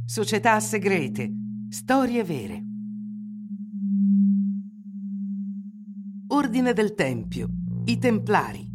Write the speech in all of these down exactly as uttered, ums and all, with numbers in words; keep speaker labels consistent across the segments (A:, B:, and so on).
A: Società segrete, storie vere. Ordine del Tempio, i Templari.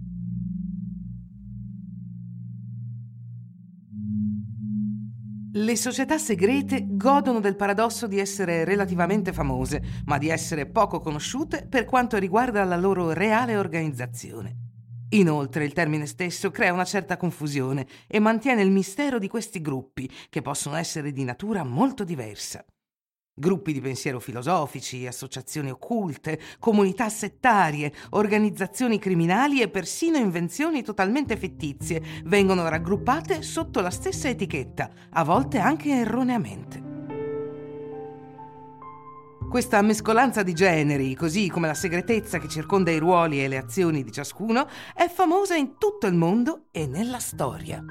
A: Le società segrete godono del paradosso di essere relativamente famose, ma di essere poco conosciute per quanto riguarda la loro reale organizzazione. Inoltre, il termine stesso crea una certa confusione e mantiene il mistero di questi gruppi, che possono essere di natura molto diversa. Gruppi di pensiero filosofici, associazioni occulte, comunità settarie, organizzazioni criminali e persino invenzioni totalmente fittizie vengono raggruppate sotto la stessa etichetta, a volte anche erroneamente. Questa mescolanza di generi, così come la segretezza che circonda i ruoli e le azioni di ciascuno, è famosa in tutto il mondo e nella storia.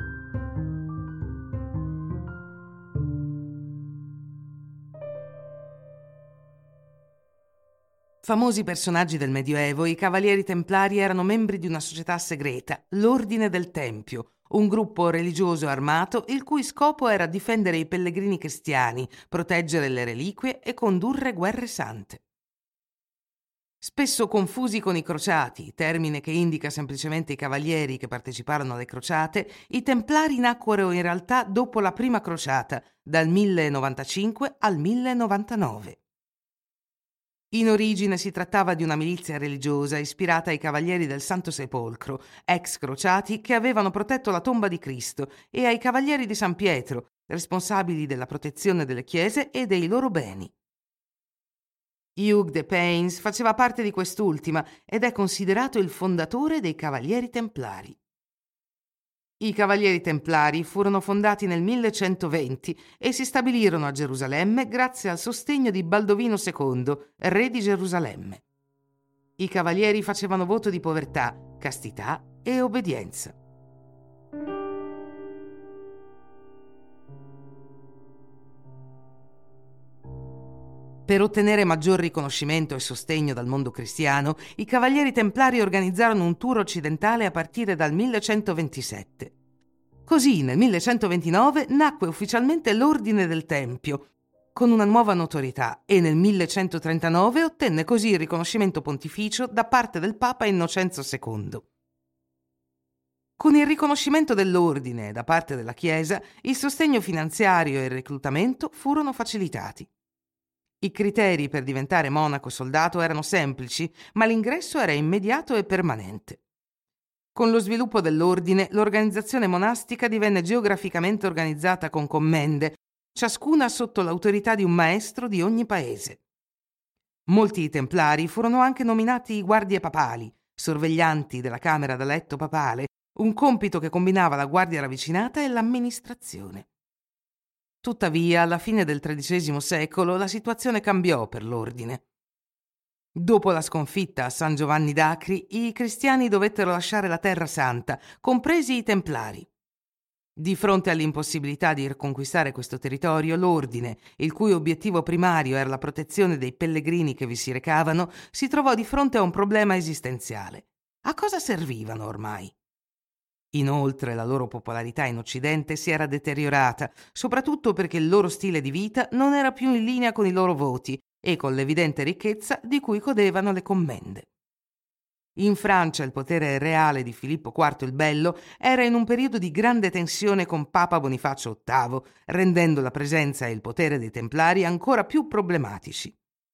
A: Famosi personaggi del Medioevo, i Cavalieri Templari erano membri di una società segreta, l'Ordine del Tempio, un gruppo religioso armato il cui scopo era difendere i pellegrini cristiani, proteggere le reliquie e condurre guerre sante. Spesso confusi con i crociati, termine che indica semplicemente i cavalieri che parteciparono alle crociate, i Templari nacquero in realtà dopo la prima crociata, dal mille novantacinque al mille novantanove. In origine si trattava di una milizia religiosa ispirata ai Cavalieri del Santo Sepolcro, ex crociati che avevano protetto la tomba di Cristo, e ai Cavalieri di San Pietro, responsabili della protezione delle chiese e dei loro beni. Hugh de Paynes faceva parte di quest'ultima ed è considerato il fondatore dei Cavalieri Templari. I Cavalieri Templari furono fondati nel millecentoventi e si stabilirono a Gerusalemme grazie al sostegno di Baldovino secondo, re di Gerusalemme. I cavalieri facevano voto di povertà, castità e obbedienza. Per ottenere maggior riconoscimento e sostegno dal mondo cristiano, i Cavalieri Templari organizzarono un tour occidentale a partire dal millecentoventisette. Così, nel millecentoventinove, nacque ufficialmente l'Ordine del Tempio, con una nuova notorietà, e nel millecentotrentanove ottenne così il riconoscimento pontificio da parte del Papa Innocenzo secondo. Con il riconoscimento dell'Ordine da parte della Chiesa, il sostegno finanziario e il reclutamento furono facilitati. I criteri per diventare monaco soldato erano semplici, ma l'ingresso era immediato e permanente. Con lo sviluppo dell'ordine, l'organizzazione monastica divenne geograficamente organizzata con commende, ciascuna sotto l'autorità di un maestro di ogni paese. Molti templari furono anche nominati guardie papali, sorveglianti della camera da letto papale, un compito che combinava la guardia ravvicinata e l'amministrazione. Tuttavia, alla fine del tredicesimo secolo, la situazione cambiò per l'ordine. Dopo la sconfitta a San Giovanni d'Acri, i cristiani dovettero lasciare la Terra Santa, compresi i Templari. Di fronte all'impossibilità di riconquistare questo territorio, l'ordine, il cui obiettivo primario era la protezione dei pellegrini che vi si recavano, si trovò di fronte a un problema esistenziale. A cosa servivano ormai? Inoltre la loro popolarità in Occidente si era deteriorata, soprattutto perché il loro stile di vita non era più in linea con i loro voti e con l'evidente ricchezza di cui godevano le commende. In Francia il potere reale di Filippo quarto il Bello era in un periodo di grande tensione con Papa Bonifacio ottavo, rendendo la presenza e il potere dei Templari ancora più problematici.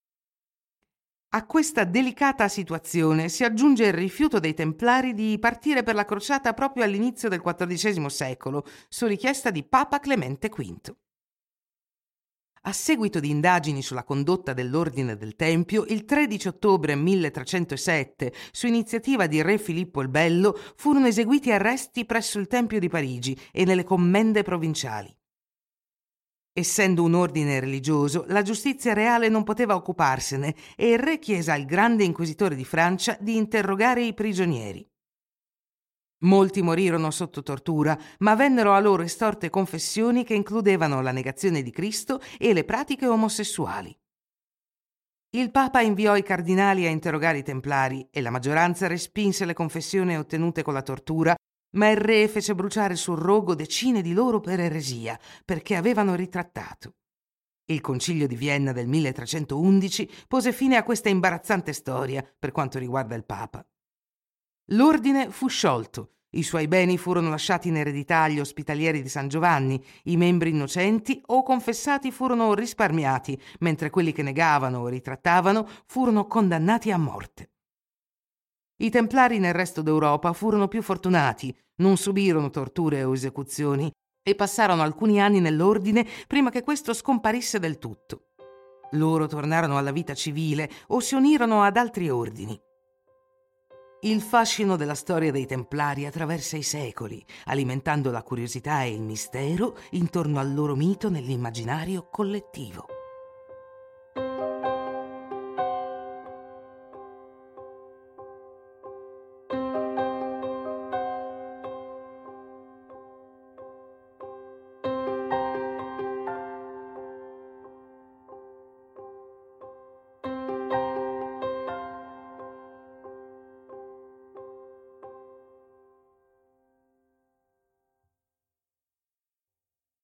A: A questa delicata situazione si aggiunge il rifiuto dei Templari di partire per la crociata proprio all'inizio del quattordicesimo secolo, su richiesta di Papa Clemente quinto. A seguito di indagini sulla condotta dell'Ordine del Tempio, il tredici ottobre milletrecentosette, su iniziativa di re Filippo il Bello, furono eseguiti arresti presso il Tempio di Parigi e nelle commende provinciali. Essendo un ordine religioso, la giustizia reale non poteva occuparsene e il re chiese al grande inquisitore di Francia di interrogare i prigionieri. Molti morirono sotto tortura, ma vennero a loro estorte confessioni che includevano la negazione di Cristo e le pratiche omosessuali. Il Papa inviò i cardinali a interrogare i Templari e la maggioranza respinse le confessioni ottenute con la tortura, ma il re fece bruciare sul rogo decine di loro per eresia, perché avevano ritrattato. Il Concilio di Vienna del milletrecentoundici pose fine a questa imbarazzante storia per quanto riguarda il Papa. L'ordine fu sciolto, i suoi beni furono lasciati in eredità agli ospitalieri di San Giovanni, i membri innocenti o confessati furono risparmiati, mentre quelli che negavano o ritrattavano furono condannati a morte. I Templari nel resto d'Europa furono più fortunati, non subirono torture o esecuzioni e passarono alcuni anni nell'ordine prima che questo scomparisse del tutto. Loro tornarono alla vita civile o si unirono ad altri ordini. Il fascino della storia dei Templari attraversa i secoli, alimentando la curiosità e il mistero intorno al loro mito nell'immaginario collettivo.